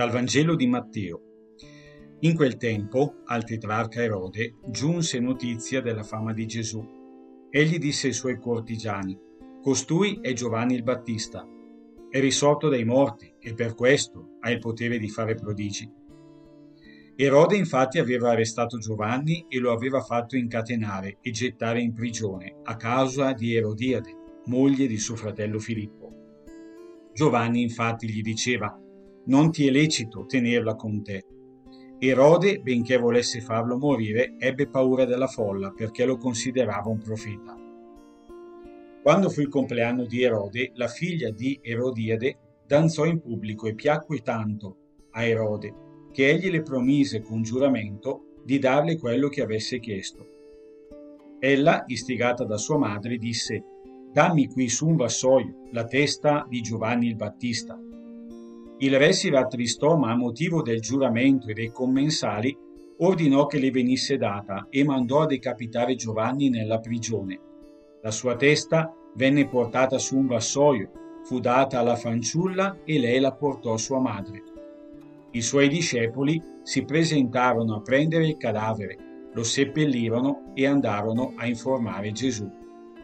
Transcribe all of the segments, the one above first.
Dal Vangelo di Matteo. In quel tempo, al tetrarca Erode giunse notizia della fama di Gesù. Egli disse ai suoi cortigiani: «Costui è Giovanni il Battista. È risorto dai morti e per questo ha il potere di fare prodigi». Erode infatti aveva arrestato Giovanni e lo aveva fatto incatenare e gettare in prigione a causa di Erodiade, moglie di suo fratello Filippo. Giovanni infatti gli diceva: «Non ti è lecito tenerla con te». Erode, benché volesse farlo morire, ebbe paura della folla perché lo considerava un profeta. Quando fu il compleanno di Erode, la figlia di Erodiade danzò in pubblico e piacque tanto a Erode che egli le promise con giuramento di darle quello che avesse chiesto. Ella, istigata da sua madre, disse: «Dammi qui su un vassoio la testa di Giovanni il Battista». Il re si rattristò, ma a motivo del giuramento e dei commensali ordinò che le venisse data e mandò a decapitare Giovanni nella prigione. La sua testa venne portata su un vassoio, fu data alla fanciulla e lei la portò a sua madre. I suoi discepoli si presentarono a prendere il cadavere, lo seppellirono e andarono a informare Gesù.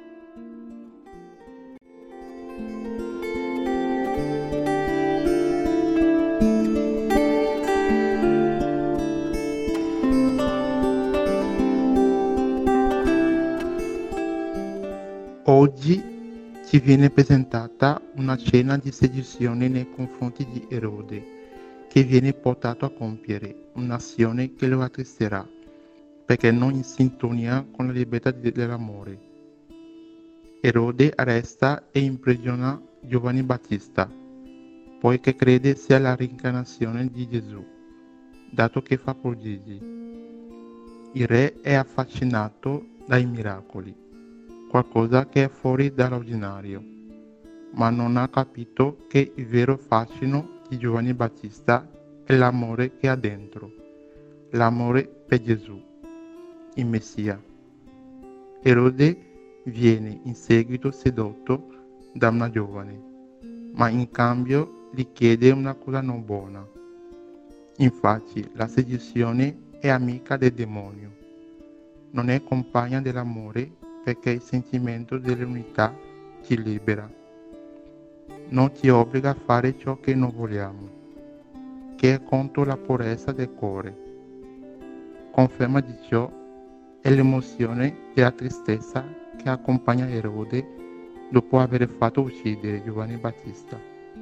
Oggi ci viene presentata una scena di sedizione nei confronti di Erode, che viene portato a compiere un'azione che lo rattristerà, perché non in sintonia con la libertà dell'amore. Erode arresta e imprigiona Giovanni Battista, poiché crede sia la reincarnazione di Gesù, dato che fa prodigi. Il re è affascinato dai miracoli, qualcosa che è fuori dall'ordinario, ma non ha capito che il vero fascino di Giovanni Battista è l'amore che ha dentro, l'amore per Gesù, il Messia. Erode viene in seguito sedotto da una giovane, ma in cambio gli chiede una cosa non buona. Infatti la sedizione è amica del demonio, non è compagna dell'amore, perché il sentimento dell'unità ci libera. Non ci obbliga a fare ciò che non vogliamo, che è contro la purezza del cuore. Conferma di ciò è l'emozione della tristezza che accompagna Erode dopo aver fatto uccidere Giovanni Battista.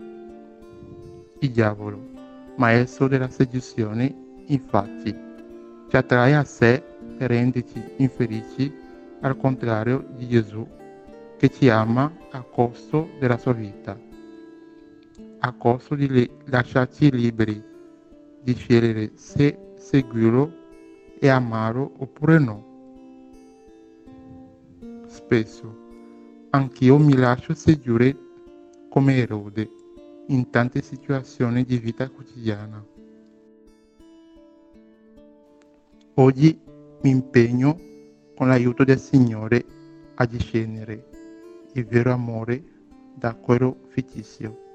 Il diavolo, maestro della seduzione, infatti, ci attrae a sé per renderci infelici, al contrario di Gesù, che ci ama a costo della sua vita, a costo di lasciarci liberi di scegliere se seguirlo e amarlo oppure no. Spesso anch'io mi lascio sedurre come Erode in tante situazioni di vita quotidiana. Oggi mi impegno con l'aiuto del Signore a discernere il vero amore da quello fittizio.